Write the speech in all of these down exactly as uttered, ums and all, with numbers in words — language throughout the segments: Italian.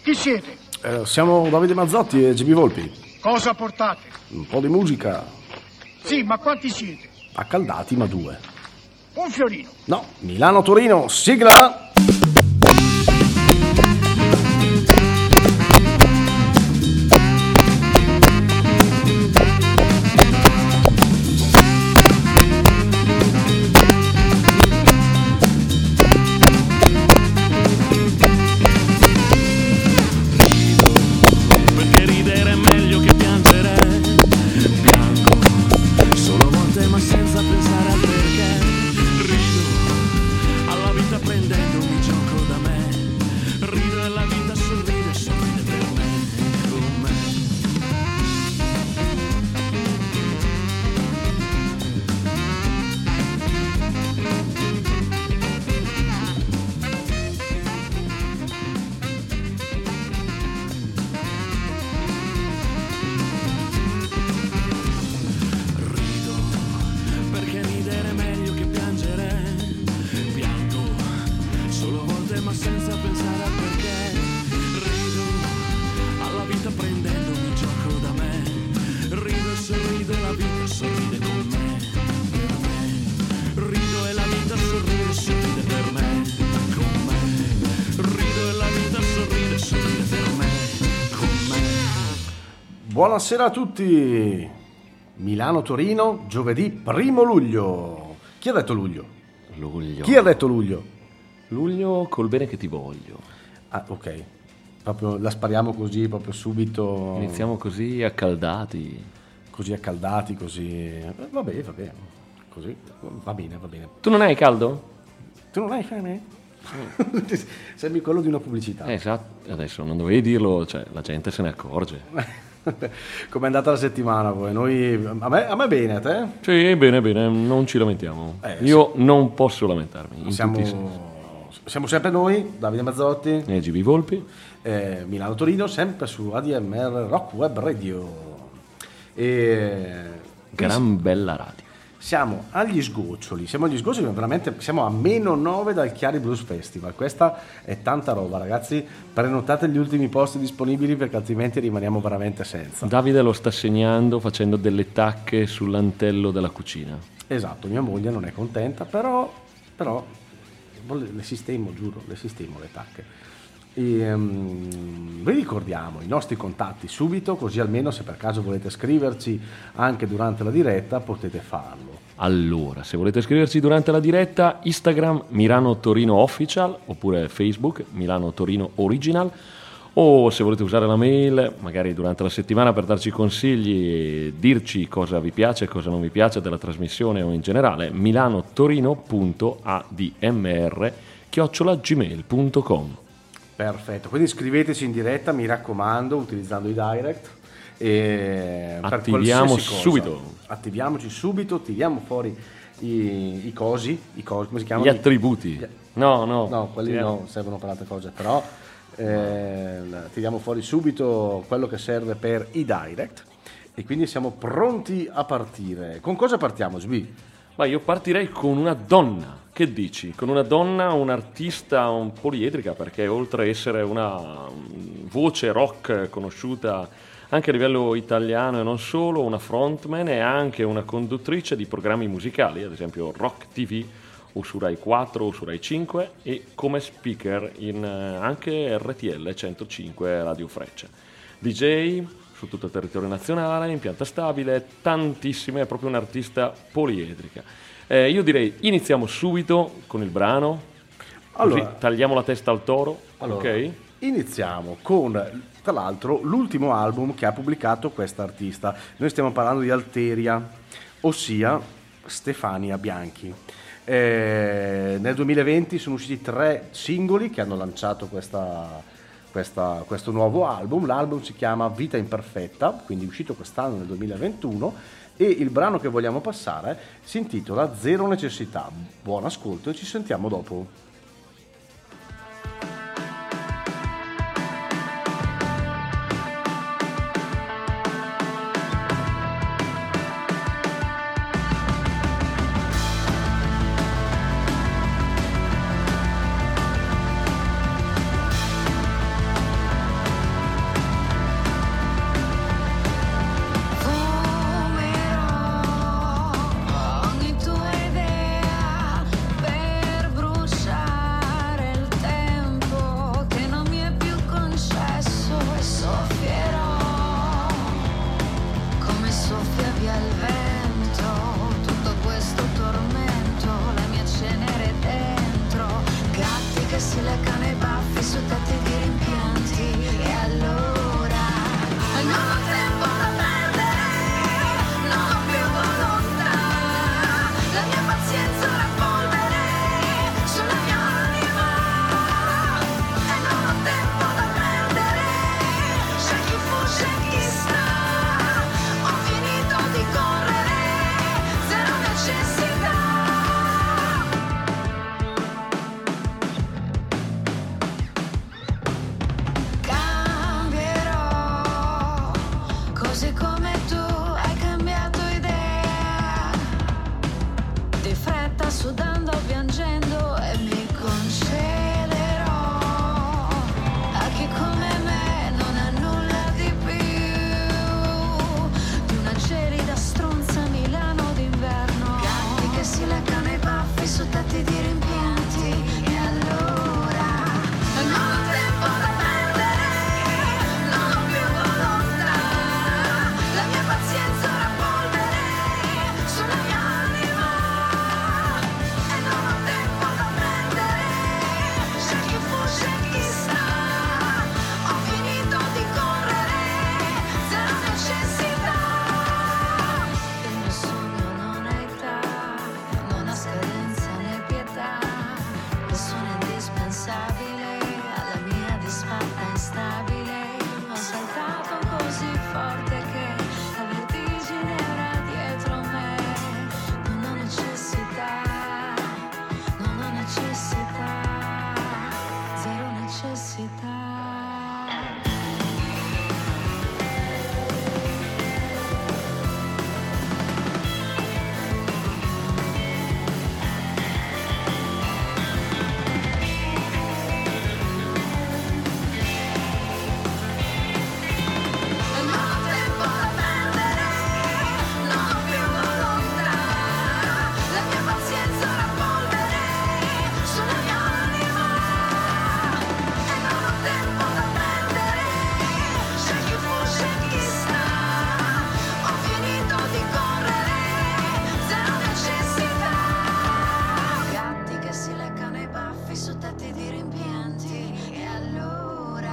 Chi siete? Eh, siamo Davide Mazzotti e G B Volpi. Cosa portate? Un po' di musica. Sì, ma quanti siete? Accaldati, ma due. Un fiorino. No, Milano-Torino, sigla! Buonasera a tutti. Milano-Torino, giovedì primo luglio. Chi ha detto luglio? Luglio. Chi ha detto luglio? Luglio col bene che ti voglio. Ah, ok. Proprio la spariamo così, proprio subito. Iniziamo così accaldati. Così accaldati, così. Va bene, va bene. Così. Va bene, va bene. Tu non hai caldo? Tu non hai fame? Sembri quello di una pubblicità. Eh, esatto. Adesso non dovevi dirlo, cioè la gente se ne accorge. Com'è andata la settimana voi? Noi, a me, a me bene, a te? Sì, bene, bene, non ci lamentiamo. Eh, Io sì. non posso lamentarmi. In siamo, tutti i sensi. Siamo sempre noi, Davide Mazzotti e G B Volpi, eh, Milano-Torino, sempre su A D M R Rock Web Radio. E gran bella radio. Siamo agli sgoccioli, siamo agli sgoccioli, veramente siamo a meno nove dal Chiari Blues Festival. Questa è tanta roba, ragazzi. Prenotate gli ultimi posti disponibili perché altrimenti rimaniamo veramente senza. Davide lo sta segnando facendo delle tacche sull'antello della cucina. Esatto, mia moglie non è contenta, però, però le sistemo, giuro, le sistemo le tacche. E, um, vi ricordiamo i nostri contatti subito, così almeno se per caso volete scriverci anche durante la diretta potete farlo. Allora, se volete scriverci durante la diretta, Instagram Milano Torino Official oppure Facebook Milano Torino Original, o se volete usare la mail magari durante la settimana per darci consigli e dirci cosa vi piace e cosa non vi piace della trasmissione o in generale, milanotorino punto a d m r chiocciola gmail punto com. Perfetto, quindi scriveteci in diretta, mi raccomando, utilizzando i direct. E attiviamo subito. Attiviamoci subito, tiriamo fuori i, i cosi, i cosi, come si chiamano? Gli attributi. No, no. No, quelli yeah. no, servono per altre cose, però eh, tiriamo fuori subito quello che serve per i direct e quindi siamo pronti a partire. Con cosa partiamo, Sbi? Ma io partirei con una donna. Che dici? Con una donna, un'artista un poliedrica, perché oltre a essere una voce rock conosciuta anche a livello italiano e non solo, una frontman è anche una conduttrice di programmi musicali, ad esempio Rock T V o su Rai quattro o su Rai cinque, e come speaker in anche R T L centocinque Radio Freccia. D J su tutto il territorio nazionale, in pianta stabile, tantissime, è proprio un'artista poliedrica. Eh, io direi iniziamo subito con il brano, allora, così tagliamo la testa al toro. Allora, ok? Iniziamo con, tra l'altro, l'ultimo album che ha pubblicato questa artista. Noi stiamo parlando di Alteria, ossia Stefania Bianchi. Eh, nel duemilaventi sono usciti tre singoli che hanno lanciato questa, questa, questo nuovo album. L'album si chiama Vita Imperfetta, quindi è uscito quest'anno nel duemilaventuno. E il brano che vogliamo passare si intitola Zero Necessità. Buon ascolto e ci sentiamo dopo. pazienza ora polvere sulla mia anima e non ho tempo da perdere. C'è chi fugge e chi sta, ho finito di correre, zero necessità. Cambierò, così come tu hai cambiato idea. Di fretta, sudando, piangendo, e mi concederò a chi come me non ha nulla di più di una gelida stronza Milano d'inverno. Gatti che si leccano i baffi su tetti di rimpianti. E allora non ho tempo da perdere, non ho più volontà. La mia pazienza ora polvere sulla mia anima e non ho tempo da prendere. C'è chi fugge e chi sta, ho finito di correre, zero necessità. Il mio sogno non ha età, non ha scadenza né pietà. Sono indispensabile alla mia disfatta instabile. Ho saltato così forte che la vertigine era dietro me. Non ho necessità, non ho necessità, zero necessità. Non ho tempo da perdere, non ho più volontà. La mia pazienza ora polvere sulla mia anima e non ho tempo da perdere. C'è chi fugge e chi sta, ho finito di correre, zero necessità. Gatti che si leccano i baffi su tetti di rimpianti. E allora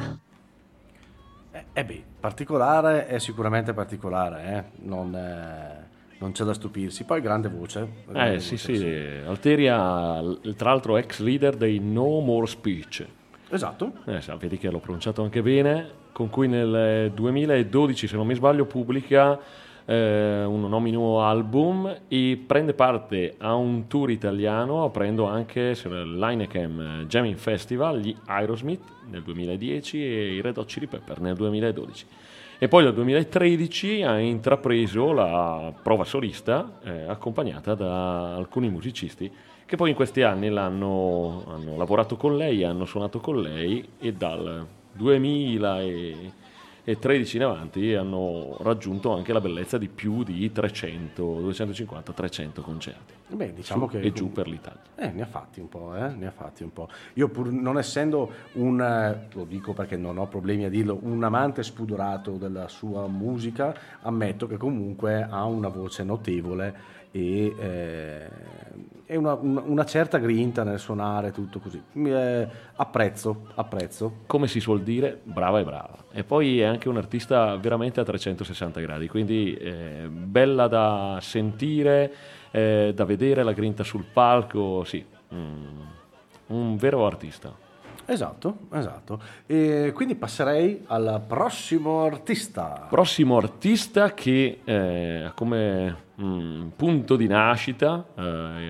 Eh, eh beh, particolare è sicuramente particolare, eh? non, eh, non c'è da stupirsi. Poi grande voce. grande Eh sì, voce, sì, Alteria, l- tra l'altro ex leader dei No More Speech. Esatto. Eh, sa, vedi che l'ho pronunciato anche bene, con cui nel duemiladodici, se non mi sbaglio, pubblica eh, un omonimo album e prende parte a un tour italiano, aprendo anche l'Heineken Jamming Festival, gli Aerosmith nel duemiladieci e i Red Hot Chili Pepper nel duemiladodici. E poi nel duemilatredici ha intrapreso la prova solista, eh, accompagnata da alcuni musicisti che poi in questi anni l'hanno hanno lavorato con lei, hanno suonato con lei, e dal duemilatredici in avanti hanno raggiunto anche la bellezza di più di trecento, duecentocinquanta trecento concerti. Beh, diciamo Su che e giù per l'Italia. Eh, ne ha fatti un po', eh? Ne ha fatti un po'. Io pur non essendo un, eh, lo dico perché non ho problemi a dirlo, un amante spudorato della sua musica, ammetto che comunque ha una voce notevole e eh, e una, una, una certa grinta nel suonare, tutto così. Mi, eh, apprezzo, apprezzo. Come si suol dire, brava e brava. E poi è anche un artista veramente a trecentosessanta gradi, quindi eh, bella da sentire, eh, da vedere, la grinta sul palco, sì, mm, un vero artista. Esatto, esatto. E quindi passerei al prossimo artista. Prossimo artista che eh, ha come mm, punto di nascita eh,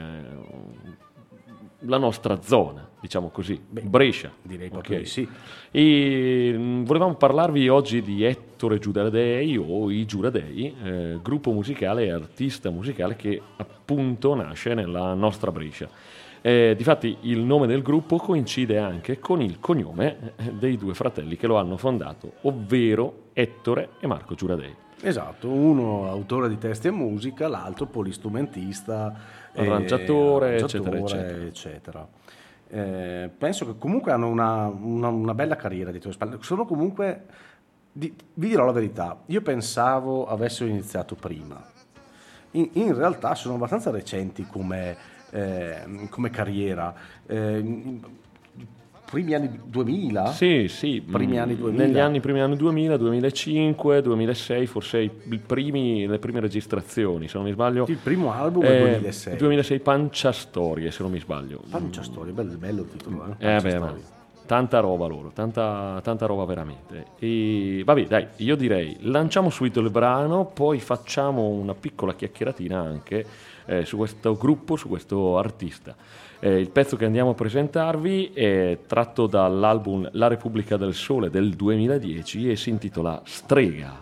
la nostra zona, diciamo così, Beh, Brescia. direi proprio Ok. di sì. E mh, volevamo parlarvi oggi di Ettore Giuradei, o i Giuradei, eh, gruppo musicale e artista musicale che appunto nasce nella nostra Brescia. Eh, difatti il nome del gruppo coincide anche con il cognome eh, dei due fratelli che lo hanno fondato, ovvero Ettore e Marco Giuradei. Esatto, uno autore di testi e musica, l'altro polistrumentista, Arrangiatore, eh, eccetera, arrangiatore, eccetera. Eh, penso che comunque hanno una, una, una bella carriera dietro le spalle. Sono comunque, di, vi dirò la verità, io pensavo avessero iniziato prima. In, in realtà sono abbastanza recenti come, eh, come carriera. Eh, primi anni duemila? Sì, sì, primi mh, anni duemila. negli anni primi anni duemila, duemilacinque, duemilasei, forse i, i primi, le prime registrazioni, se non mi sbaglio. Il primo album è eh, duemilasei. duemilasei Pancia Storie, se non mi sbaglio. Pancia Storie, bello, bello il titolo, eh? Eh Pancia beh, Storie. ma tanta roba loro, tanta, tanta roba veramente. E vabbè, dai, io direi lanciamo subito il brano, poi facciamo una piccola chiacchieratina anche eh, su questo gruppo, su questo artista. Eh, il pezzo che andiamo a presentarvi è tratto dall'album La Repubblica del Sole del duemiladieci e si intitola Strega.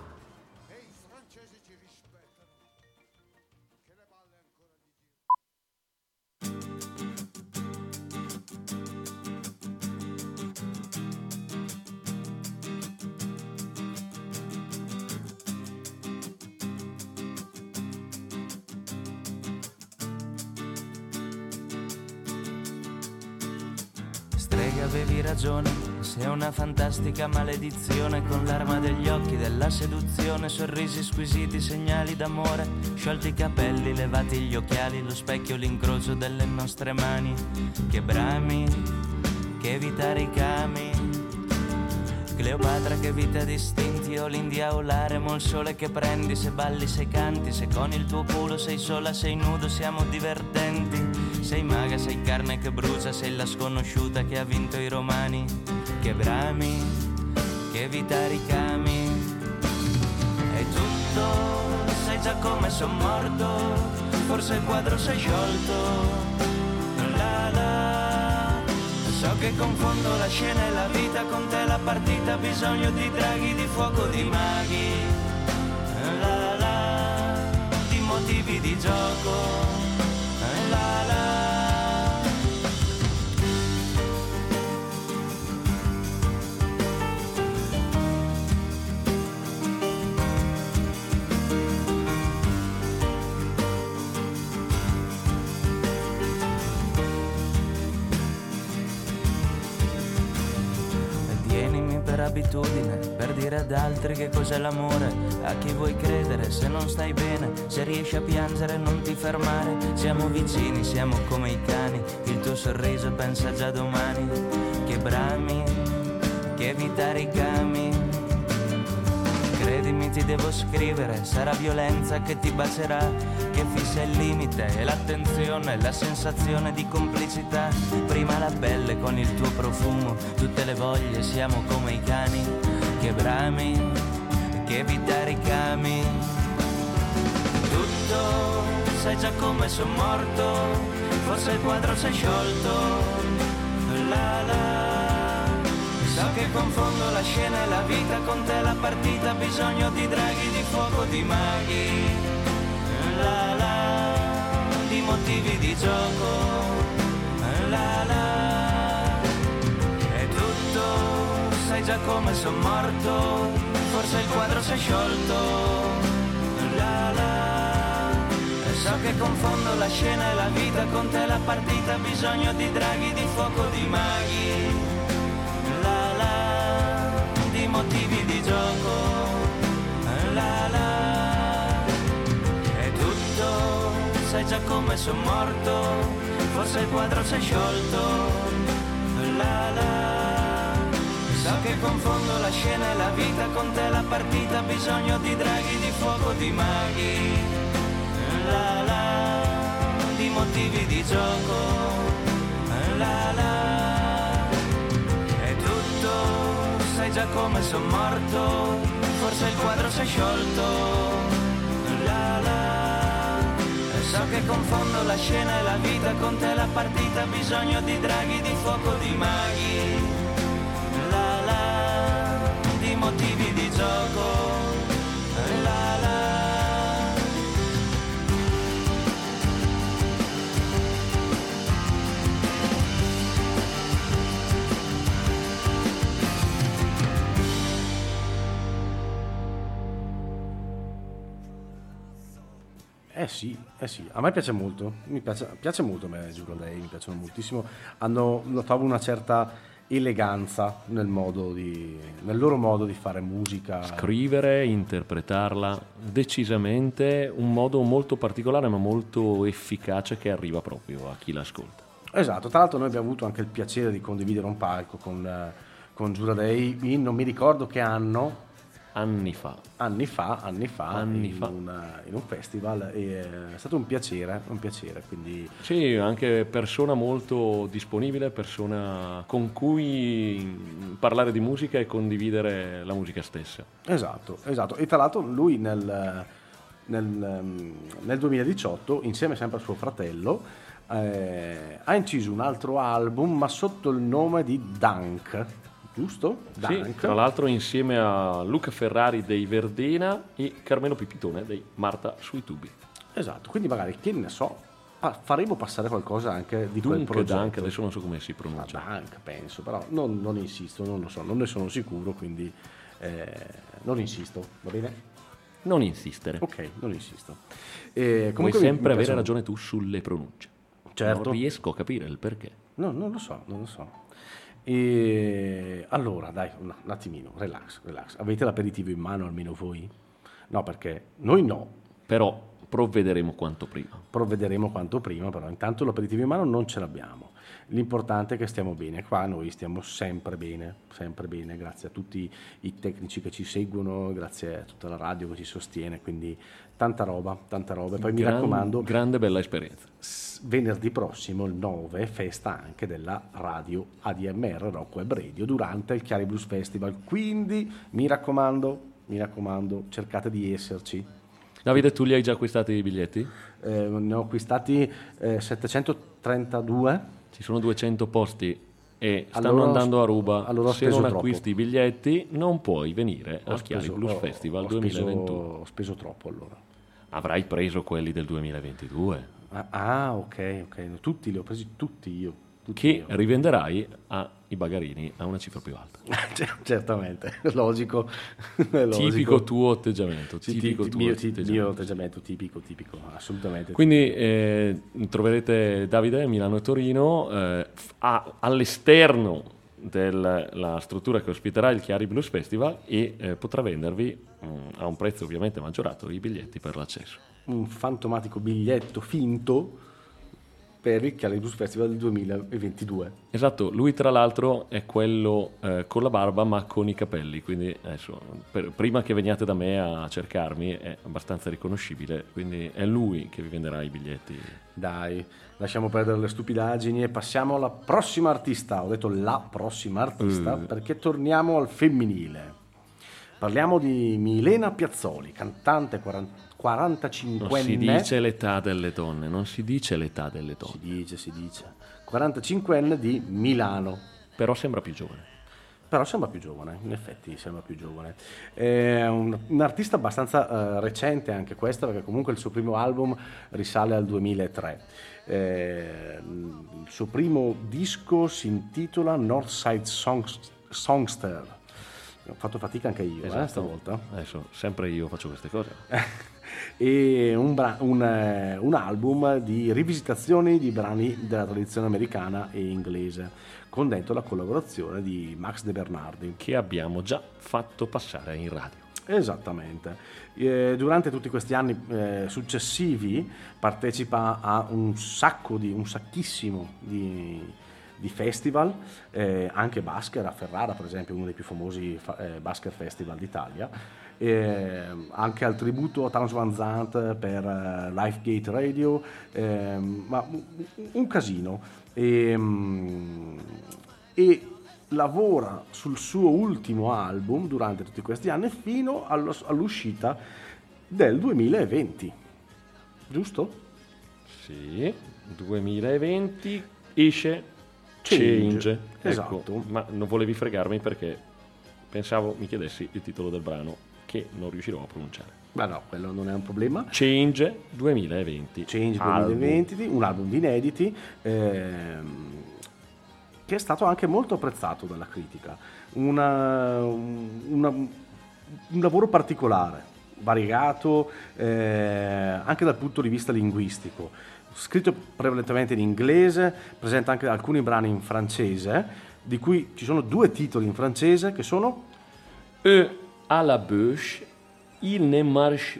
Avevi ragione, sei una fantastica maledizione, con l'arma degli occhi della seduzione, sorrisi squisiti, segnali d'amore, sciolti i capelli, levati gli occhiali, lo specchio, l'incrocio delle nostre mani, che brami, che vita ricami, Cleopatra che vita distinti, o l'India o l'Aremo, il sole che prendi, se balli, se canti, se con il tuo culo sei sola, sei nudo, siamo divertenti. Sei maga, sei carne che brucia, sei la sconosciuta che ha vinto i romani. Che brami, che vita ricami. E tutto, sai già come son morto, forse il quadro si è sciolto. La la, so che confondo la scena e la vita, con te la partita, bisogno di draghi, di fuoco, di maghi. La la, di motivi di gioco. La la. Abitudine per dire ad altri che cos'è l'amore, a chi vuoi credere se non stai bene, se riesci a piangere non ti fermare, siamo vicini, siamo come i cani, il tuo sorriso pensa già domani, che brami, che vita ricami, credimi ti devo scrivere, sarà violenza che ti bacerà, che fissa il limite e l'attenzione, la sensazione di complicità, prima la pelle con il tuo profumo, tutte le voglie siamo come i cani, che brami, che vita ricami, tutto, sai già come son morto, forse il quadro si è sciolto, la la, so che confondo la scena e la vita, con te la partita, bisogno di draghi, di fuoco, di maghi. La la, di motivi di gioco, la la, è tutto, sai già come son morto, forse il quadro si è sciolto, la la, so che confondo la scena e la vita, con te la partita, bisogno di draghi, di fuoco, di maghi, la la, di motivi di gioco, la la. Sai già come son morto, forse il quadro si è sciolto, la la, so che confondo la scena e la vita, con te la partita, bisogno di draghi, di fuoco, di maghi, la la, di motivi di gioco, la la, è tutto, sai già come son morto, forse il quadro si è sciolto, la la. So che confondo la scena e la vita, con te la partita, bisogno di draghi, di fuoco, di maghi, la la, di motivi di gioco, la la. Eh sì, eh sì, a me piace molto, mi piace, piace molto a me Giulio Lei, mi piacciono moltissimo, hanno, lo trovo una certa eleganza nel modo di, nel loro modo di fare musica. Scrivere, interpretarla, decisamente un modo molto particolare ma molto efficace che arriva proprio a chi l'ascolta. Esatto, tra l'altro noi abbiamo avuto anche il piacere di condividere un palco con, eh, con Giura Day in non mi ricordo che anno, Anni fa. anni fa, anni fa, Anni in, fa. una- in un festival, e è stato un piacere, un piacere, quindi Sì, anche persona molto disponibile, persona con cui parlare di musica e condividere la musica stessa. esatto, esatto. E tra l'altro lui nel, nel, nel duemiladiciotto, insieme sempre al suo fratello, eh, ha inciso un altro album, ma sotto il nome di Dunk, giusto? Sì, Dunk. tra l'altro insieme a Luca Ferrari dei Verdena e Carmelo Pipitone dei Marta sui tubi. Esatto, quindi magari, che ne so, pa- faremo passare qualcosa anche di quel Dunque progetto. Dunk, adesso non so come si Ah, pronuncia. Dunk, penso, però non, non insisto, non lo so, non ne sono sicuro, quindi eh, non insisto, va bene? Non insistere. Ok, non insisto. E Vuoi comunque mi- sempre mi avere piace- ragione tu sulle pronunce. Certo. Non riesco a capire il perché. No, non lo so, non lo so. E allora, dai, un un attimino, relax, relax. Avete l'aperitivo in mano almeno voi? No, perché noi no, Però provvederemo quanto prima. provvederemo quanto prima, però intanto l'aperitivo in mano non ce l'abbiamo. L'importante è che stiamo bene, qua noi stiamo sempre bene, sempre bene, grazie a tutti i tecnici che ci seguono, grazie a tutta la radio che ci sostiene, quindi tanta roba, tanta roba. E poi mi Gran- raccomando, Grande bella esperienza. s- venerdì prossimo, il nove, festa anche della radio A D M R, Rock Web Radio, durante il Chiari Blues Festival, quindi mi raccomando, mi raccomando, cercate di esserci. Davide, tu li hai già acquistati i biglietti? Eh, ne ho acquistati eh, settecentotrentadue. Ci sono duecento posti e stanno Allora ho- andando a ruba. allora ho Se speso non troppo. acquisti i biglietti non puoi venire Ho al Chiari speso- Blues ho- Festival ho speso- duemilaventuno. Ho speso troppo allora. Avrai preso quelli del duemilaventidue Ah, ah, ok, ok, tutti li ho presi tutti io. Tutti che io. rivenderai ai bagarini a una cifra più alta. Cer- Certamente, logico. è logico. Tipico tuo atteggiamento. Sì, tipico ti- tuo mio, ti- atteggiamento. mio atteggiamento tipico, tipico, assolutamente. Quindi eh, troverete Davide a Milano e Torino eh, f- a- all'esterno della struttura che ospiterà il Chiari Blues Festival e eh, potrà vendervi mm, a un prezzo ovviamente maggiorato i biglietti per l'accesso. Un fantomatico biglietto finto per il Chiari Blues Festival del duemilaventidue. Esatto, lui tra l'altro è quello eh, con la barba ma con i capelli, quindi adesso, per- prima che veniate da me a cercarmi è abbastanza riconoscibile, quindi è lui che vi venderà i biglietti. Dai, lasciamo perdere le stupidaggini e passiamo alla prossima artista. Ho detto la prossima artista Mm. perché torniamo al femminile. Parliamo di Milena Piazzoli, cantante quaranta Non quarantacinquenne. si dice l'età delle donne, non si dice l'età delle donne, Si dice, si dice. quarantacinquenne di Milano. però sembra più giovane. Però sembra più giovane, in effetti sembra più giovane. È un, un artista abbastanza eh, recente anche questa, perché comunque il suo primo album risale al duemilatré. Eh, il suo primo disco si intitola Northside Songs, Songster. Ho fatto fatica anche io, eh, stavolta. Adesso sempre io faccio queste cose. E un, bra- un, eh, un album di rivisitazioni di brani della tradizione americana e inglese, con dentro la collaborazione di Max De Bernardi. Che abbiamo già fatto passare in radio. Esattamente. Eh, durante tutti questi anni eh, successivi partecipa a un sacco di, un sacchissimo di, di festival, eh, anche Basker a Ferrara per esempio, uno dei più famosi fa- eh, Basker Festival d'Italia, eh, anche al tributo a Towns Van Zandt per eh, Lifegate Radio, eh, ma un, un casino. E, mm, e lavora sul suo ultimo album durante tutti questi anni fino allo- all'uscita del duemilaventi, giusto? Sì, duemilaventi esce Change. Change. Ecco, Esatto. ma non volevi fregarmi perché pensavo mi chiedessi il titolo del brano che non riuscirò a pronunciare. Ma no, quello non è un problema. Change duemilaventi. Change Album. duemilaventi, un album di inediti ehm, che è stato anche molto apprezzato dalla critica. Una- una- un lavoro particolare, variegato eh, anche dal punto di vista linguistico. Scritto prevalentemente in inglese, presenta anche alcuni brani in francese, di cui ci sono due titoli in francese che sono E à la bouche, il ne marche.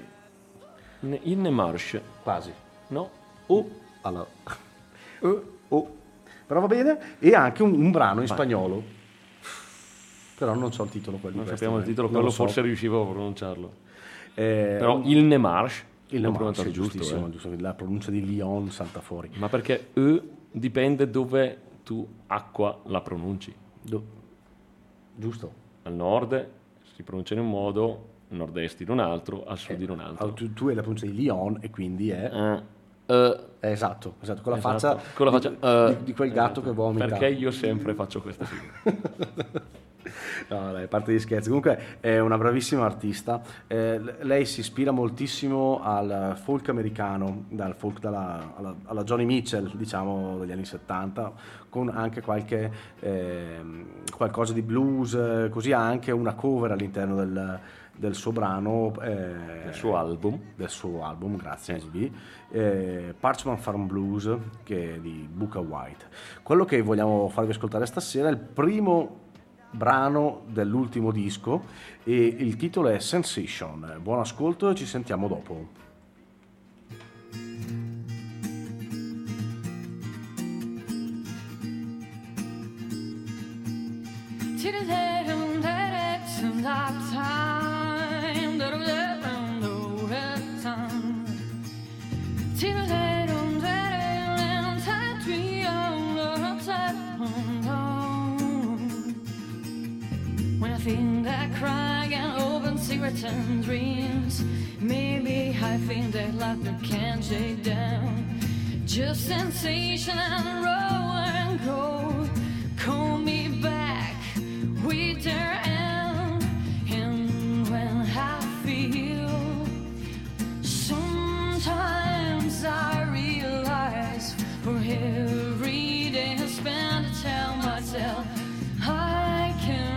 ne- Il ne marche. quasi No? O alla E o però va bene, e anche un, un brano in spagnolo, però non so il titolo quello. Non questo, sappiamo il eh. titolo, Non quello lo so. forse riuscivo a pronunciarlo. Eh, Però il Ne Marche, il l'ho nome pronunciato è giusto, giustissimo, eh. giusto, la pronuncia di Lyon salta fuori. Ma perché E dipende dove tu acqua la pronunci. Do- giusto. Al nord si pronuncia in un modo, al nord-est in un altro, al sud in un Ah, altro. tu, tu hai la pronuncia di Lyon e quindi è... Eh, eh, è esatto, esatto, con la esatto. faccia, Con la faccia, di, eh, di- di quel gatto esatto. che vomita. Perché io sempre faccio questa figura. No, dai, a parte gli scherzi. Comunque è una bravissima artista. Eh, l- lei si ispira moltissimo al folk americano, dal folk dalla, alla, alla Joni Mitchell, diciamo, degli anni settanta, con anche qualche ehm, qualcosa di blues, eh, così ha anche una cover all'interno del, del suo brano, eh, Il suo album. del suo album, grazie G B, eh, Parchman Farm Blues, che è di Booker White. Quello che vogliamo farvi ascoltare stasera è il primo brano dell'ultimo disco e il titolo è Sensation. Buon ascolto e ci sentiamo dopo. Think that crying and open cigarettes and dreams. Maybe I think that life can't shake down. Just sensation and roll and go. Call me back with their end. And when I feel, sometimes I realize for every day I spend to tell myself I can.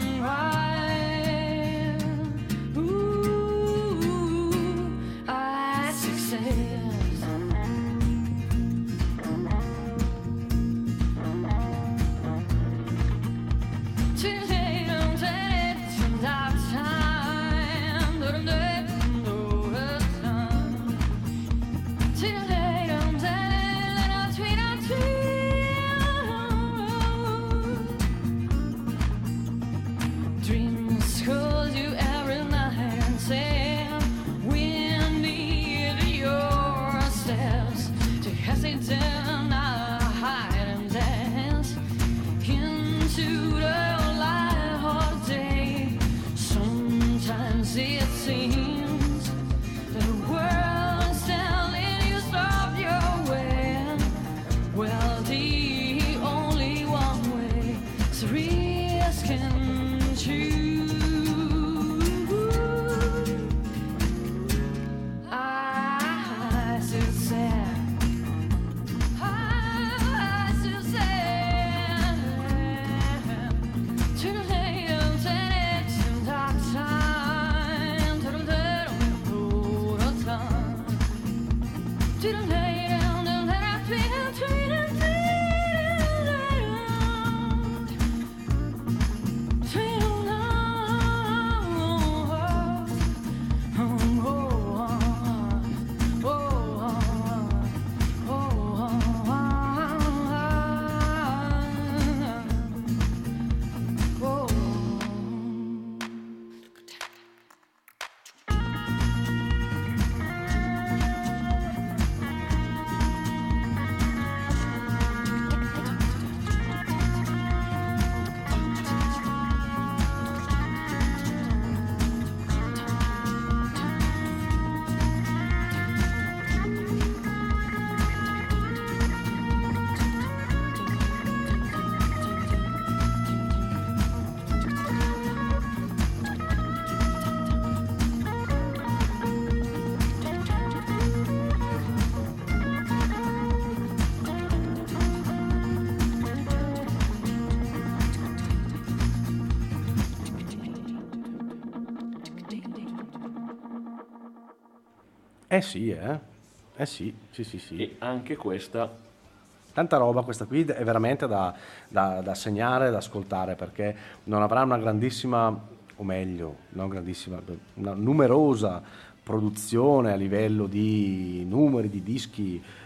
Eh sì, eh. Eh sì, sì, sì, sì. E anche questa, Tanta roba questa qui, è veramente da, da, da segnare, da ascoltare, perché non avrà una grandissima, o meglio, non grandissima, una numerosa produzione a livello di numeri, di dischi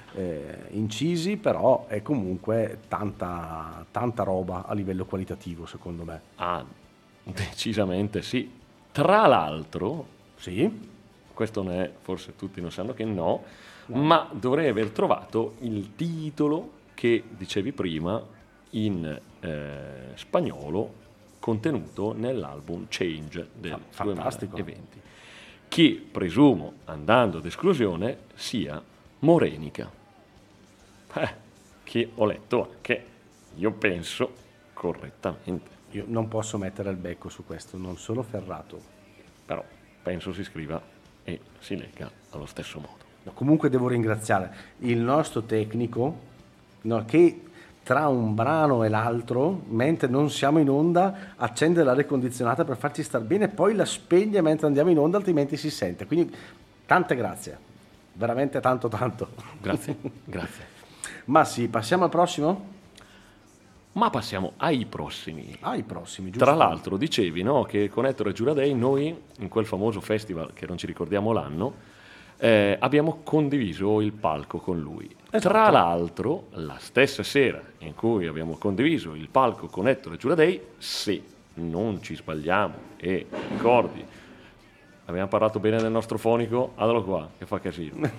eh, incisi, però è comunque tanta, tanta roba a livello qualitativo, secondo me. Ah, decisamente sì. Tra l'altro, sì, questo non è, forse tutti non sanno che no, no, ma dovrei aver trovato il titolo che dicevi prima in eh, spagnolo contenuto nell'album Change del Fantastico. duemilaventi, che presumo, andando ad esclusione, sia Morenica, eh, che ho letto anche, io penso, correttamente. Io non posso mettere il becco su questo, non sono ferrato. Però penso si scriva e si legga allo stesso modo. No, comunque devo ringraziare il nostro tecnico, no, che tra un brano e l'altro, mentre non siamo in onda, accende l'aria condizionata per farci star bene e poi la spegne mentre andiamo in onda, altrimenti si sente. Quindi tante grazie, veramente tanto tanto. Grazie, grazie. Ma sì, passiamo al prossimo? Ma passiamo ai prossimi. Ai prossimi, giusto? Tra l'altro dicevi, no, che con Ettore Giuradei noi, in quel famoso festival, che non ci ricordiamo l'anno, eh, abbiamo condiviso il palco con lui. Esatto. Tra l'altro, la stessa sera in cui abbiamo condiviso il palco con Ettore Giuradei, se non ci sbagliamo e ricordi, abbiamo parlato bene del nostro fonico, allora qua, che fa casino.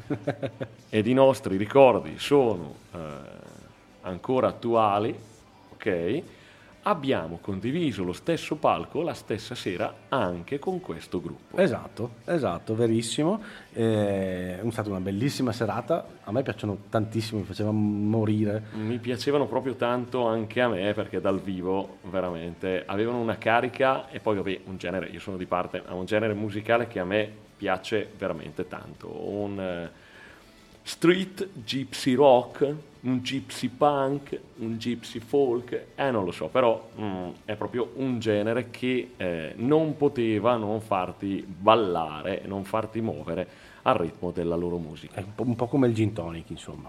Ed i nostri ricordi sono eh, ancora attuali, ok? Abbiamo condiviso lo stesso palco la stessa sera anche con questo gruppo. Esatto, esatto, verissimo. Eh, è stata una bellissima serata. A me piacciono tantissimo, mi faceva morire. Mi piacevano proprio tanto anche a me, perché dal vivo veramente avevano una carica, e poi vabbè, un genere, io sono di parte, a un genere musicale che a me piace veramente tanto. Un uh, street gypsy rock, un gypsy punk, un gypsy folk, eh non lo so, però mm, è proprio un genere che eh, non poteva non farti ballare, non farti muovere al ritmo della loro musica. È un po', un po' come il gin tonic, insomma.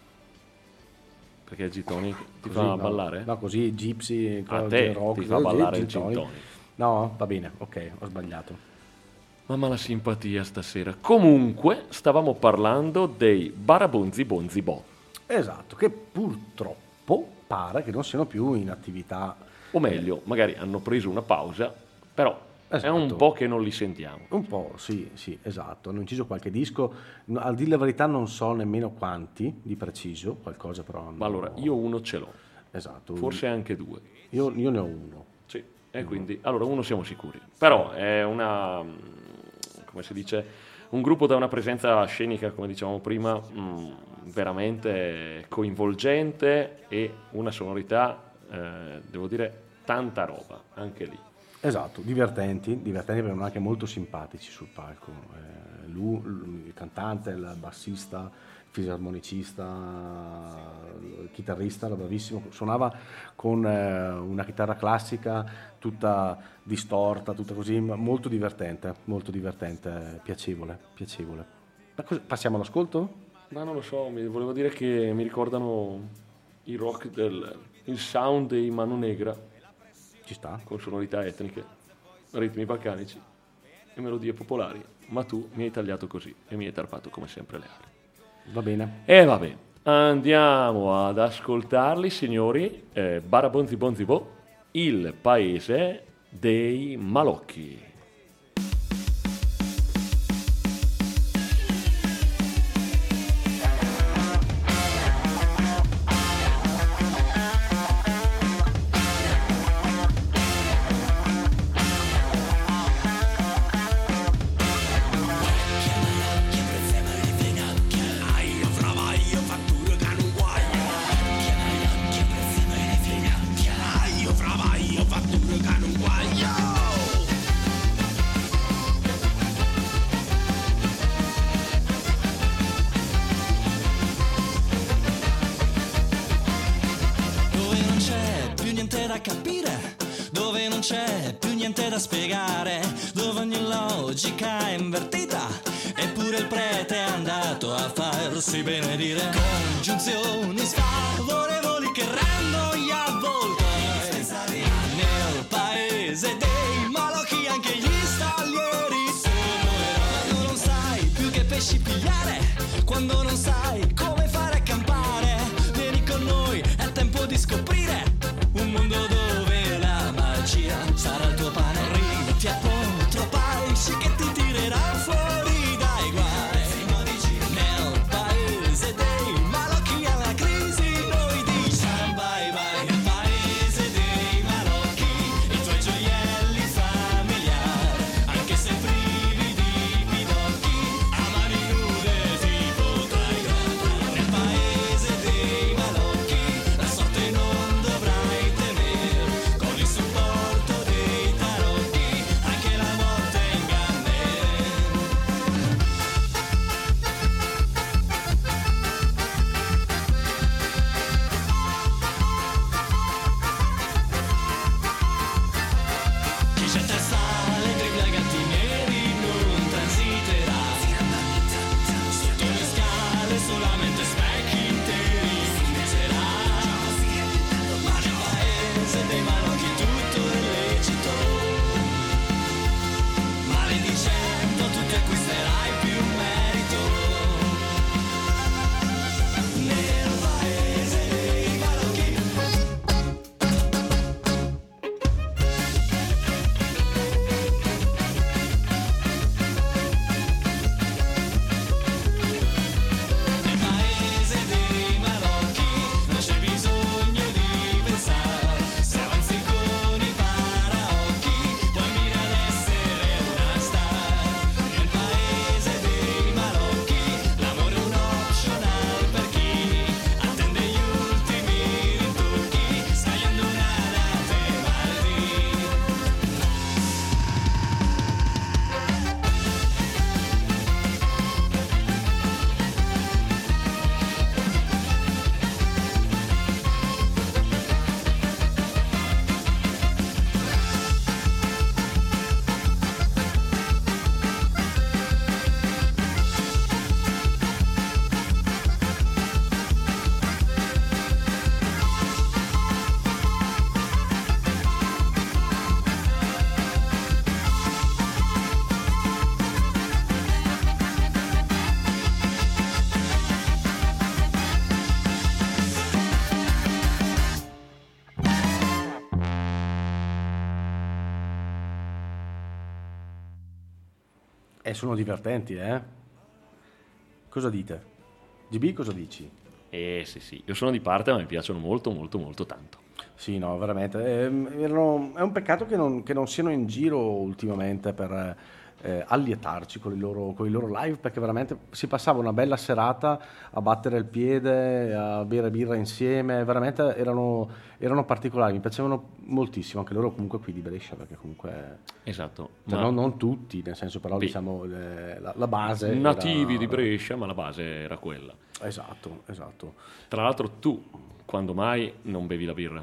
Perché il gin tonic ti Così, fa no, ballare? No, così gypsy, A te rock, ti fa ballare il gin gin tonic. tonic. No, va bene, ok, ho sbagliato. Mamma la simpatia stasera. Comunque stavamo parlando dei Barabonzi Bonzi Bo. Esatto, che purtroppo pare che non siano più in attività. O meglio, magari hanno preso una pausa, però Esatto. è un po' che non li sentiamo. Un po', sì, sì, esatto. Hanno inciso qualche disco, no, a dire la verità non so nemmeno quanti di preciso, qualcosa però. Ma allora, io uno ce l'ho, Esatto. forse anche due. Io, io ne ho uno. Sì, e quindi, allora uno siamo sicuri. Però è una, come si dice, un gruppo da una presenza scenica, come dicevamo prima, mh, veramente coinvolgente, e una sonorità, eh, devo dire, tanta roba, anche lì. Esatto, divertenti, divertenti perché erano anche molto simpatici sul palco. Eh, lui, lui, il cantante, il bassista, il fisarmonicista, il chitarrista, era bravissimo. Suonava con eh, una chitarra classica tutta distorta, tutta così, ma molto divertente, molto divertente, piacevole, piacevole. Ma cosa, passiamo all'ascolto? Ma non lo so, mi volevo dire che mi ricordano i rock del il sound dei Mano Negra, Ci sta? con sonorità etniche, ritmi balcanici e melodie popolari, ma tu mi hai tagliato così e mi hai tarpato come sempre le ali. Va bene. E vabbè, andiamo ad ascoltarli, signori. eh, Barabonzi Bonzi Bo, il paese dei malocchi. Capire dove non c'è più niente da spiegare, dove ogni logica è invertita, eppure il prete è andato a farsi benedire. Congiunzioni sfavorevoli che rendono gli avvoltoi. Nel paese dei malocchi anche gli staglieri sono eroi. Tu non sai più che pesci pigliare quando non sai come fare a campare. Vieni con noi, è tempo di scoprire un mondo dove la magia sarà il tuo pane. Ridati a potro pesci che ti tirerà fuori dai guai. Nel paese dei malocchi alla crisi noi diciamo bye bye. Nel paese dei malocchi i tuoi gioielli familiari, anche se privi di pidocchi, a mani nude ti potrai dare. Nel paese dei malocchi la sorte non dovrai temere, con il supporto dei tarocchi anche la morte ingannerà. Chi c'è tra sale, dribbla gatti neri, non transiterà. Sotto le scale solamente specchi interi fingerà. Ma nel paese dei malocchi tutto è lecito, maledicendo tu ti acquisterai più merito. Nel paese dei malocchi. Nel paese dei malocchi non c'è bisogno di pensare, se avanzi con i paraocchi puoi mira ad essere una star. Nel paese dei malocchi l'amore è un optional per chi attende gli ultimi ritocchi, scagliando una date martedì. E sono divertenti, eh? Cosa dite? G B, cosa dici? Eh sì sì, io sono di parte ma mi piacciono molto molto molto tanto. Sì, no, veramente. ehm, erano- è un peccato che non, che non siano in giro ultimamente per eh, allietarci con i, loro, con i loro live, perché veramente si passava una bella serata a battere il piede, a bere birra insieme, veramente erano, erano particolari, mi piacevano moltissimo, anche loro comunque qui di Brescia, perché comunque... Esatto, cioè, ma non, non tutti, nel senso, però Beh, diciamo le- la, la base... era- nativi di Brescia, ma la base era quella. Esatto, esatto. Tra l'altro tu, quando mai non bevi la birra?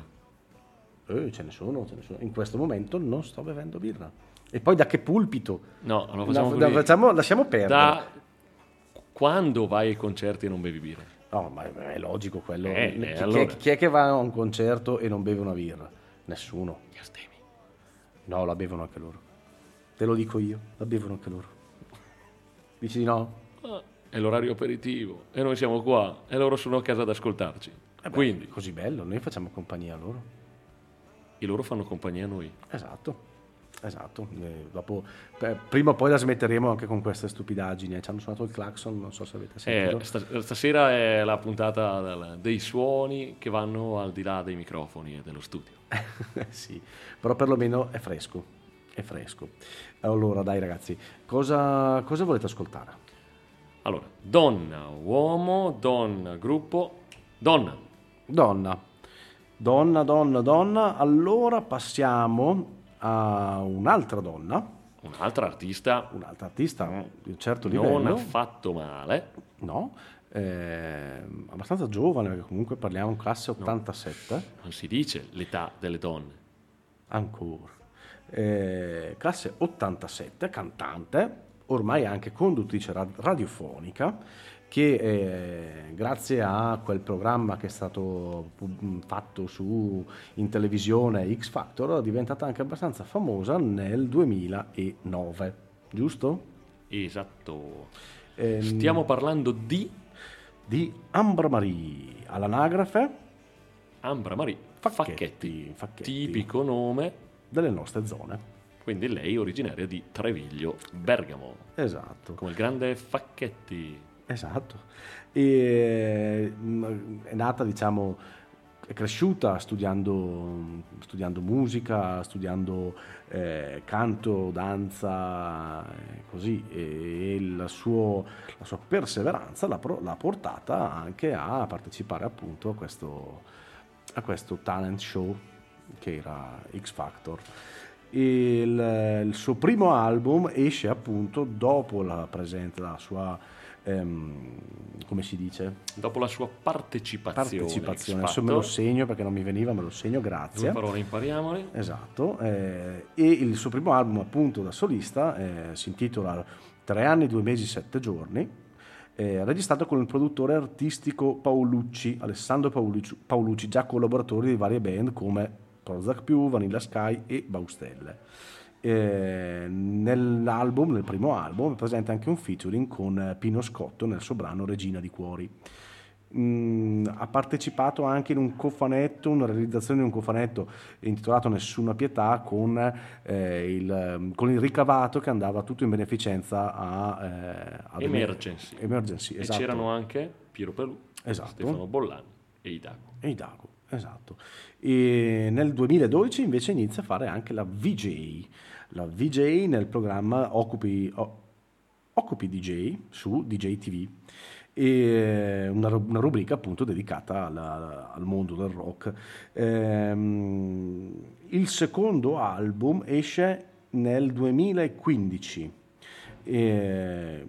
Eh, ce ne sono, ce ne sono. In questo momento non sto bevendo birra. E poi da che pulpito? No, lo facciamo No, così. facciamo- lasciamo perdere. Da quando vai ai concerti e non bevi birra? No, ma è, è logico quello. Eh, chi, eh, chi allora. è, chi è che va a un concerto e non beve una birra? Nessuno. Gli astemi. No, la bevono anche loro. Te lo dico io, la bevono anche loro. Dici di no? Ah, è l'orario aperitivo e noi siamo qua e loro sono a casa ad ascoltarci. Eh beh, Quindi, così bello, noi facciamo compagnia a loro. e loro fanno compagnia a noi. Esatto. Esatto, eh, dopo, per- prima o poi la smetteremo anche con queste stupidaggini. eh. Ci hanno suonato il clacson, non so se avete sentito. Eh, sta- stasera è la puntata del- dei suoni che vanno al di là dei microfoni e dello studio. Sì, però perlomeno è fresco, è fresco. Allora, dai ragazzi, cosa, cosa volete ascoltare? Allora, donna, uomo, donna, gruppo, donna. Donna, donna, donna, donna. Allora passiamo a un'altra donna, Un'altra artista un'altra artista di un certo non livello, affatto male. no? Eh, abbastanza giovane, perché comunque parliamo classe ottantasette. Non si dice l'età delle donne. Ancora. Eh, classe ottantasette, cantante, ormai anche conduttrice rad- radiofonica, che eh, grazie a quel programma che è stato pub- fatto su, in televisione, X Factor, è diventata anche abbastanza famosa nel duemilanove, giusto? Esatto. Ehm, Stiamo parlando di di Ambra Marie, all'anagrafe Ambra Marie Facchetti, Facchetti, Facchetti. tipico nome, delle nostre zone. quindi lei originaria di Treviglio, Bergamo, Esatto. come il grande Facchetti. Esatto. E, mh, è nata, diciamo, è cresciuta studiando, studiando musica, studiando eh, canto, danza, eh, così, e il suo, la sua perseveranza l'ha, pro- l'ha portata anche a partecipare appunto a questo, a questo talent show che era X Factor. Il, il suo primo album esce appunto dopo la presenza, la sua, ehm, come si dice? Dopo la sua partecipazione. Partecipazione. X Adesso me lo segno perché non mi veniva, me lo segno, grazie. Due parole, impariamole. Esatto. Eh, e il suo primo album appunto da solista eh, si intitola Tre anni, due mesi, sette giorni. Eh, registrato con il produttore artistico Paolucci, Alessandro Paolucci, Paolucci, già collaboratori di varie band come Prozac più, Vanilla Sky e Baustelle. Eh, nell'album, nel primo album, è presente anche un featuring con Pino Scotto nel suo brano Regina di Cuori. Mm, ha partecipato anche in un cofanetto, una realizzazione di un cofanetto intitolato Nessuna Pietà con, eh, il, con il ricavato che andava tutto in beneficenza a, eh, ad Emergency. Emergency, E esatto. c'erano anche Piero Pelù, Esatto. Stefano Bollani e Idago. E Idago, esatto. E nel duemiladodici invece inizia a fare anche la V J, la V J nel programma Occupi, o, Occupi D J su D J T V, e una, una rubrica appunto dedicata alla, al mondo del rock. Ehm, il secondo album esce nel duemilaquindici. E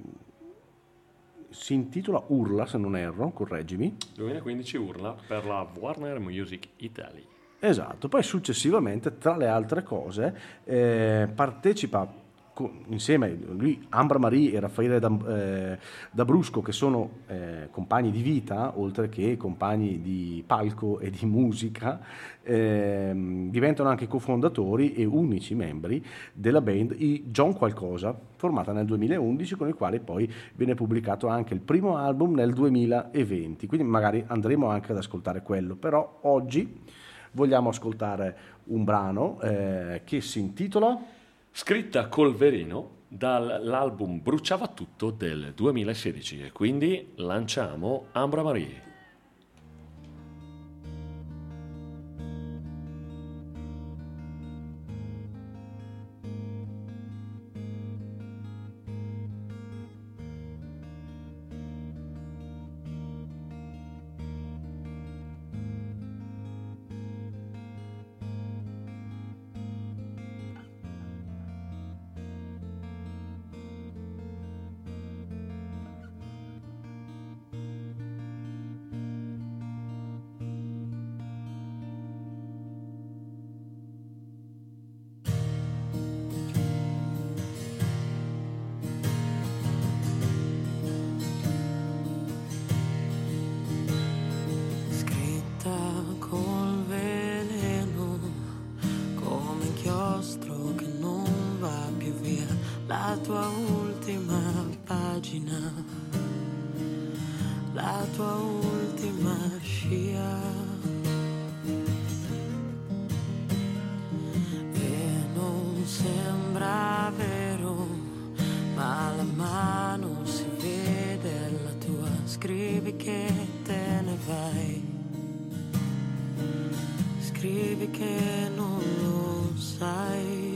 si intitola Urla, se non erro, correggimi. duemilaquindici Urla per la Warner Music Italy. Esatto, poi successivamente, tra le altre cose, eh, partecipa co- insieme, lui, Ambra Marie e Raffaele Dam- eh, D'Abrusco, che sono eh, compagni di vita, oltre che compagni di palco e di musica, ehm, diventano anche cofondatori e unici membri della band I John Qualcosa, formata nel duemilaundici, con il quale poi viene pubblicato anche il primo album nel duemilaventi, quindi magari andremo anche ad ascoltare quello, però oggi vogliamo ascoltare un brano eh, che si intitola Scritta col veleno dall'album Bruciava tutto del duemilasedici, e quindi lanciamo Ambra Marie. La tua ultima pagina, la tua ultima scia, e non sembra vero, ma la mano si vede la tua. Scrivi che te ne vai, scrivi che non lo sai.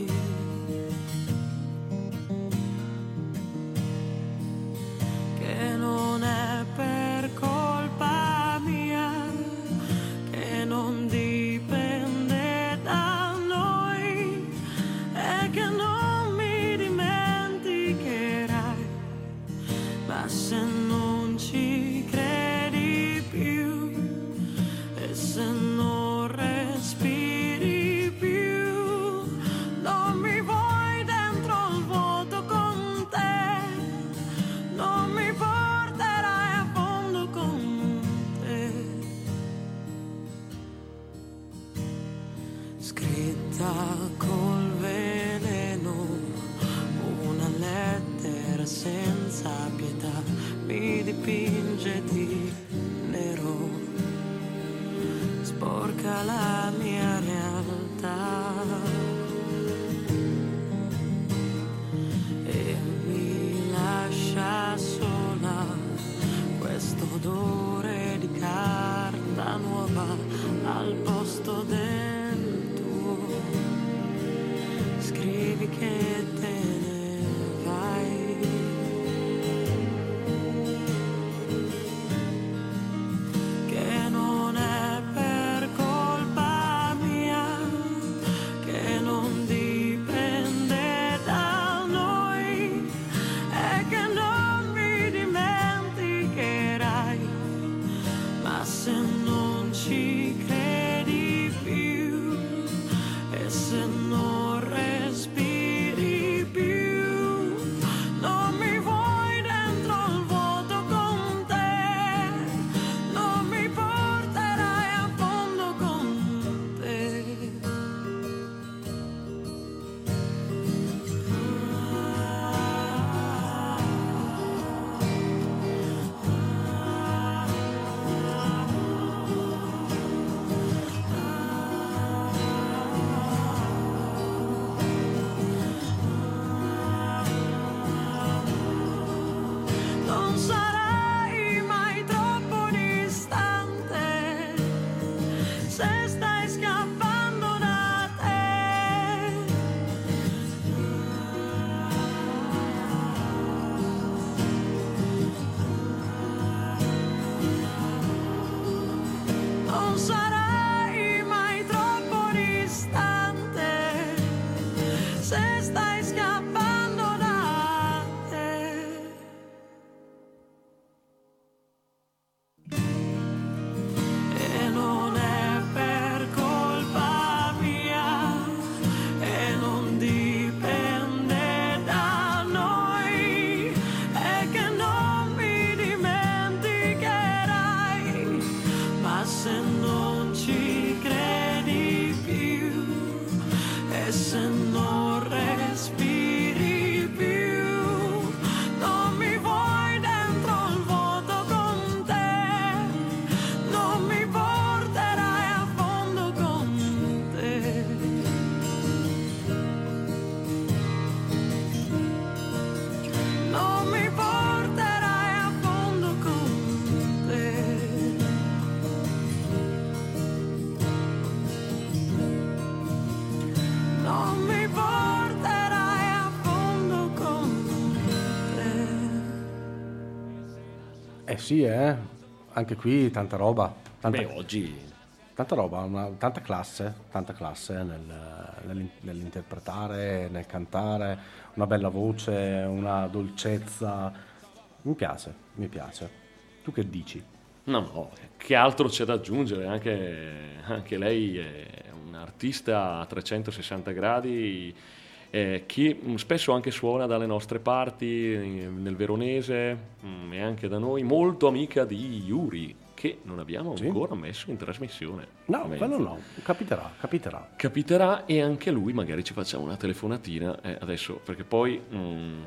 Senza pietà, sporca la mia realtà e mi lascia sola questo odore di carta nuova al posto del tuo. Scrivi che te ne vai, che non è per colpa mia, che non dipende da noi e che non mi dimenticherai, ma se non ci credi più e se non respiri più, non mi vuoi dentro il vuoto con te, non mi porterai a fondo con te. Non sarai mai troppo distante se stai scappando da te. Non sarai mai troppo distante se stai scappando da te. E non è per colpa mia e non dipende da noi e che non mi dimenticherai, ma se non ci credi più e se non respiri più, non mi vuoi dentro il vuoto con te, non mi porterai a fondo con te. Non mi porterai a fondo con te. Non mi porterai a fondo con te. Eh sì, eh. Anche qui tanta roba. Tanta, Beh, oggi tanta roba, una- tanta classe, tanta classe nel- nell'in- nell'interpretare, nel cantare, una bella voce, una dolcezza. Mi piace, mi piace. Tu che dici? no, no, che altro c'è da aggiungere? Anche, anche lei è un'artista a trecentosessanta gradi eh, che mh, spesso anche suona dalle nostre parti, eh, nel veronese mh, e anche da noi, molto amica di Yuri, che non abbiamo Sì. ancora messo in trasmissione. No, ovviamente. quello no, capiterà, capiterà. Capiterà e anche lui magari ci facciamo una telefonatina eh, adesso, perché poi mh,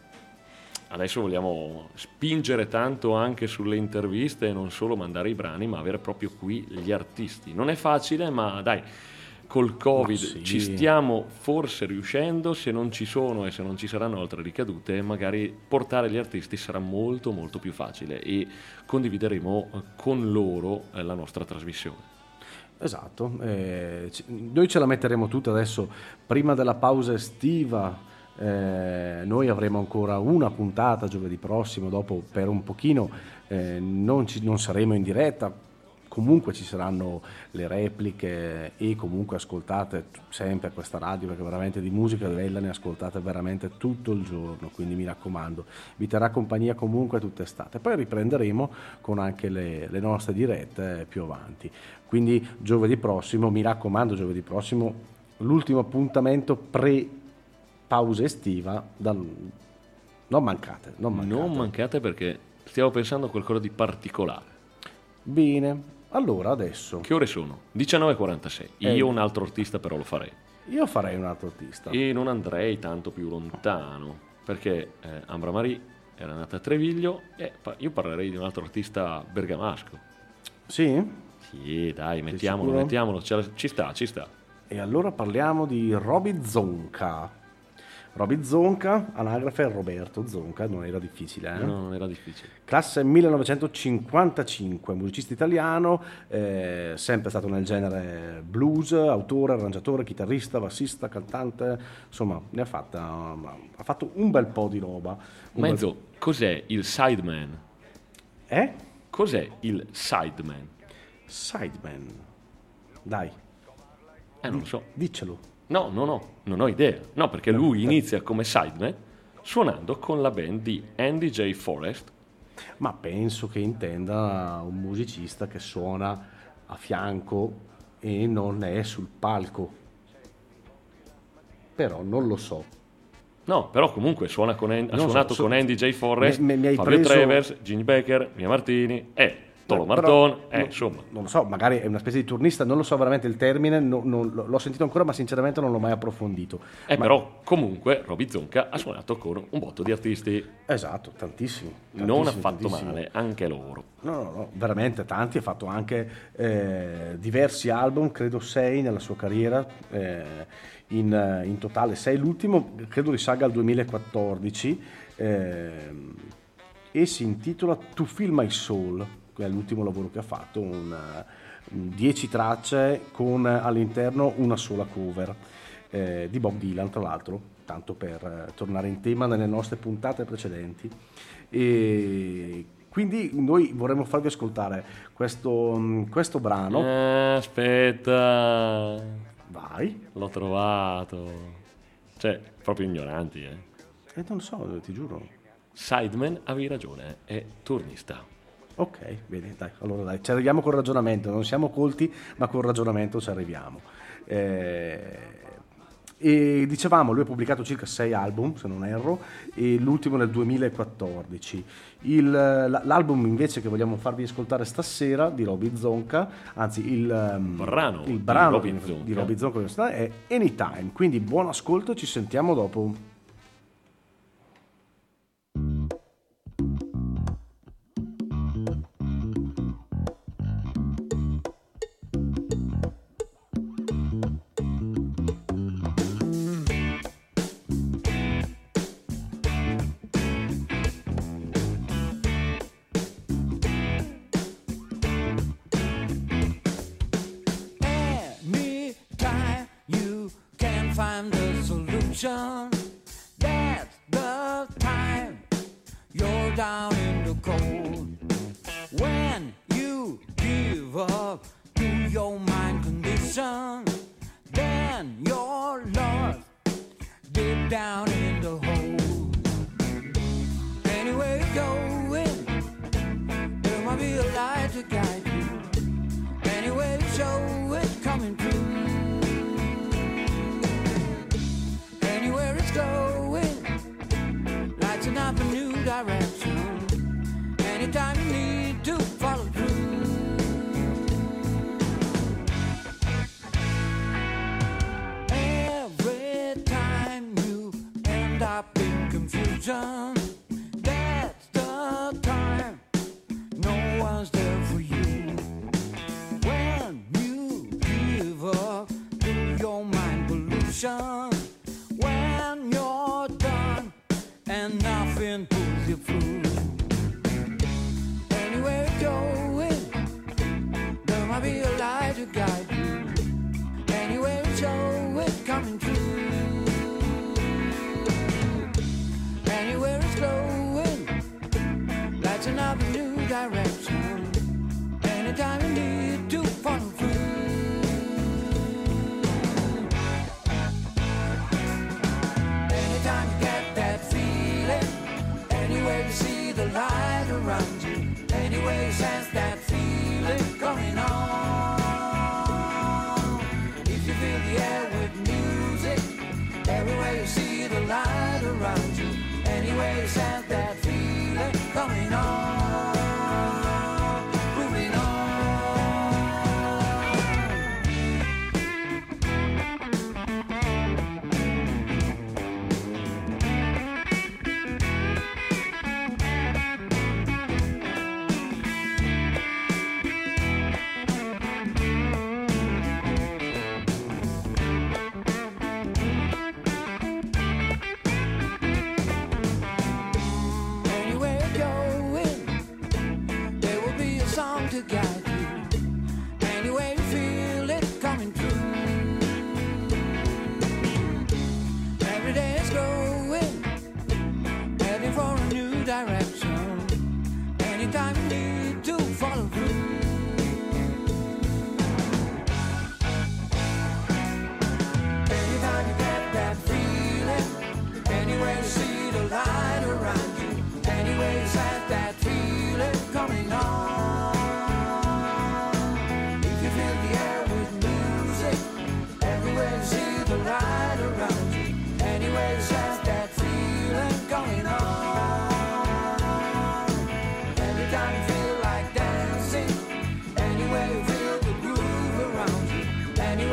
adesso vogliamo spingere tanto anche sulle interviste e non solo mandare i brani, ma avere proprio qui gli artisti. Non è facile, ma dai, col Covid Ma sì. ci stiamo forse riuscendo. Se non ci sono e se non ci saranno altre ricadute, magari portare gli artisti sarà molto molto più facile e condivideremo eh, con loro eh, la nostra trasmissione. Esatto, eh, ci- noi ce la metteremo tutta adesso prima della pausa estiva. Eh, noi avremo ancora una puntata giovedì prossimo, dopo per un pochino eh, non, ci- non saremo in diretta, comunque ci saranno le repliche e comunque ascoltate t- sempre questa radio, perché veramente di musica bella ne ascoltate veramente tutto il giorno, quindi mi raccomando, vi terrà compagnia comunque tutta estate. Poi riprenderemo con anche le, le nostre dirette più avanti, quindi giovedì prossimo, mi raccomando, giovedì prossimo l'ultimo appuntamento pre pausa estiva, dal- non mancate, non mancate. Non mancate perché stiamo pensando a qualcosa di particolare. Bene, allora adesso Che ore sono? diciannove e quarantasei. Eh. Io un altro artista però lo farei. io farei un altro artista. E non andrei tanto più lontano, perché eh, Ambra Marie era nata a Treviglio e pa- io parlerei di un altro artista bergamasco. Sì? Sì, dai, mettiamolo, sicuro? mettiamolo, ce la- ci sta, ci sta. E allora parliamo di Roby Zonca. Roby Zonca, anagrafe Roberto Zonca, non era difficile, eh? No, non era difficile. Classe millenovecentocinquantacinque, musicista italiano, eh, sempre stato nel genere blues, autore, arrangiatore, chitarrista, bassista, cantante, insomma, ne ha fatta, ha fatto un bel po' di roba. Un Mezzo, bel- cos'è il sideman? Eh? Cos'è il sideman? Sideman. Dai, Eh, non lo so. diccelo. No, no, no, non ho idea. No, perché lui inizia come sideman suonando con la band di Andy J. Forrest. Ma penso che intenda un musicista che suona a fianco e non è sul palco. Però non lo so. No, però comunque suona con An- ha Non so, suonato so- con Andy J. Forrest, mi- mi hai Fabio preso- Travers, Ginny Baker, Mia Martini e Tolo Però- Marton. Eh, no- insomma. Non lo so, magari è una specie di turnista, non lo so veramente il termine, no- non- l'ho sentito ancora, ma sinceramente non l'ho mai approfondito. Eh, Ma- però comunque Roby Zonca ha suonato con un botto di artisti. Esatto, tantissimi. Non ha tantissimi, fatto tantissimi. male, anche loro. No, no, no, veramente tanti, ha fatto anche eh, diversi album, credo sei nella sua carriera, eh, in, eh, in totale sei, l'ultimo credo risalga al duemilaquattordici ehm, e si intitola To Feel My Soul, che è l'ultimo lavoro che ha fatto, un, eh, un dieci tracce con eh, all'interno una sola cover eh, di Bob Dylan, tra l'altro, tanto per eh, tornare in tema nelle nostre puntate precedenti. E quindi noi vorremmo farvi ascoltare questo, mh, questo brano. Eh, aspetta, Vai. l'ho trovato. Cioè, proprio ignoranti, eh. Eh, non lo so, ti giuro. Sideman, avevi ragione, è turnista. Ok, bene, dai, allora dai, ci arriviamo col ragionamento, non siamo colti, ma col ragionamento ci arriviamo. Eh, e dicevamo, lui ha pubblicato circa sei album, se non erro, e l'ultimo nel duemilaquattordici. Il, l- l'album invece che vogliamo farvi ascoltare stasera di Roby Zonca, anzi il um, Brano il di brano Roby di, Zonca. di Roby Zonca è Anytime, quindi buon ascolto, ci sentiamo dopo. Anytime you can find the solution, that's the time you're down in the cold. When you give up to your mind condition, then you're lost deep down in the hole. Anywhere you're going, there might be a light to guide you. Anywhere you show it's coming through. Anywhere it's going, lighting up a new direction. Anytime you need to follow through. Every time you end up in confusion, that's the time no one's there for you. When you give up to your mind pollution, when you're done and nothing pulls you through. Anywhere you're going, there might be a light to guide you. Anywhere you show it coming true. Anywhere it's glowing, lighting up a new direction. Anytime you need to follow through. Anytime you get that feeling, anywhere you see the light around you, anywhere you sense that feeling going on.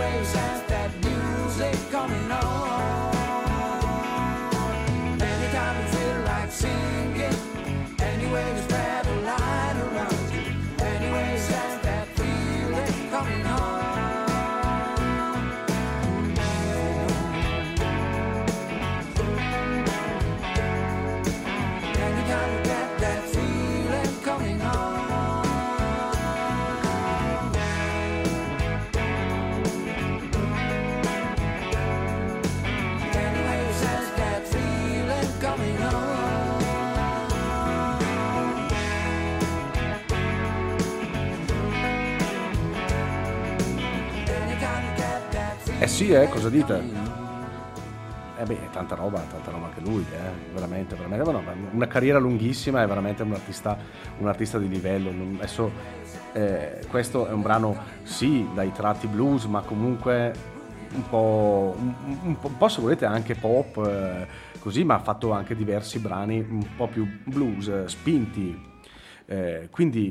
Anyway, sense that music coming on. Anytime you feel like singing, anyway, you spread the light around you. Anyway, sense that feeling coming on. Anytime you get that feeling coming on. Anyway, sense that feeling coming on. Anytime you get that feeling. Eh sì, eh, cosa dite? Eh beh, tanta roba, tanta roba anche lui, eh, veramente, veramente, no, una carriera lunghissima, è veramente un artista, un artista di livello. Adesso eh, questo è un brano, sì, dai tratti blues, ma comunque un po', un, un po', un po' se volete anche pop, eh, così, ma ha fatto anche diversi brani un po' più blues, eh, spinti. Eh, quindi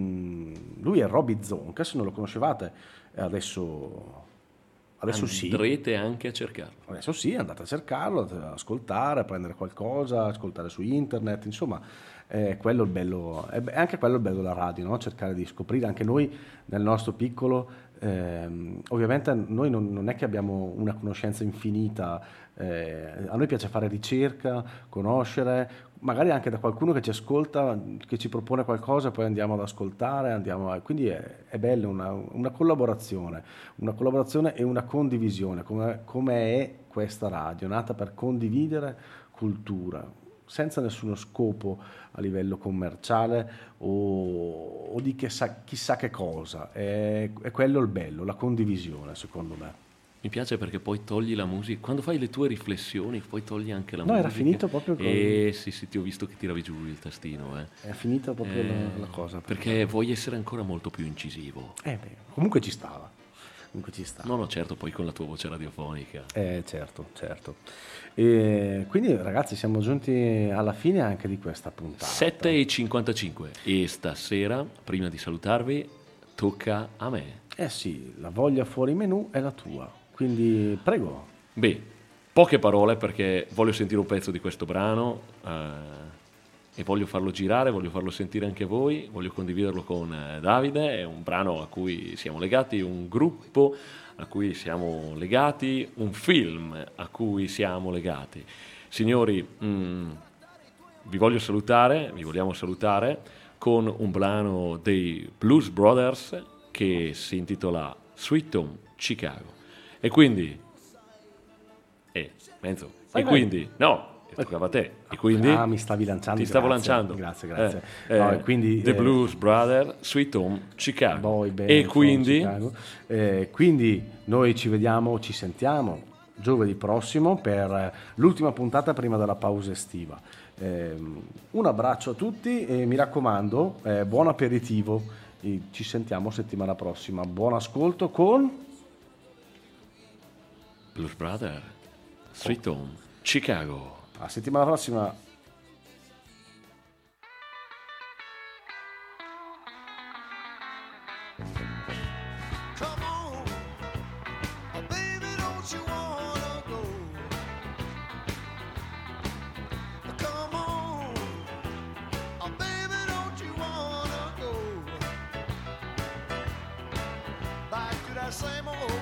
mh, lui è Robbie Zonk, se non lo conoscevate, adesso... Adesso sì. Andrete anche a cercarlo. Adesso sì, andate a cercarlo, andate ad ascoltare, a prendere qualcosa, ascoltare su internet, insomma, è quello il bello, è anche quello il bello della radio, no? Cercare di scoprire anche noi nel nostro piccolo. Ehm, ovviamente noi non, non è che abbiamo una conoscenza infinita, eh, a noi piace fare ricerca, conoscere, magari anche da qualcuno che ci ascolta, che ci propone qualcosa, poi andiamo ad ascoltare, andiamo a, quindi è, è bello una, una collaborazione, una collaborazione e una condivisione, come, come è questa radio, nata per condividere cultura, senza nessuno scopo a livello commerciale o, o di chissà, chissà che cosa, è, è quello il bello, la condivisione secondo me. Mi piace perché poi togli la musica, quando fai le tue riflessioni poi togli anche la no, musica. No, era finito proprio con... Eh sì, sì, ti ho visto che tiravi giù il tastino. Eh. È finita proprio eh, la, la cosa. Perché, perché vuoi essere ancora molto più incisivo. Eh beh, comunque ci stava. Comunque ci stava. No, no, certo, poi con la tua voce radiofonica. Eh, certo, certo. E quindi ragazzi siamo giunti alla fine anche di questa puntata. sette e cinquantacinque e stasera, prima di salutarvi, tocca a me. Eh sì, la voglia fuori menù è la tua. Quindi prego. Beh, poche parole perché voglio sentire un pezzo di questo brano eh, e voglio farlo girare, voglio farlo sentire anche voi, voglio condividerlo con eh, Davide. È un brano a cui siamo legati, un gruppo a cui siamo legati, un film a cui siamo legati. Signori, mh, vi voglio salutare, vi vogliamo salutare con un brano dei Blues Brothers che si intitola Sweet Home Chicago. E quindi, eh, mezzo, Vai, e vai. quindi, no, toccava a te, e quindi... Ah, mi stavi lanciando. Ti stavo grazie, lanciando. Grazie, grazie. Eh, No, eh, e quindi, The eh, Blues Brothers, Sweet Home Chicago. Boy band E from quindi, Chicago. Eh, quindi noi ci vediamo, ci sentiamo giovedì prossimo per eh, l'ultima puntata prima della pausa estiva. Eh, un abbraccio a tutti e mi raccomando, eh, buon aperitivo. E ci sentiamo settimana prossima. Buon ascolto con Blues Brothers, Sweet Home Chicago. la settimana prossima. Come on, oh baby, don't you wanna go? Come on, oh baby, don't you wanna go back to that same old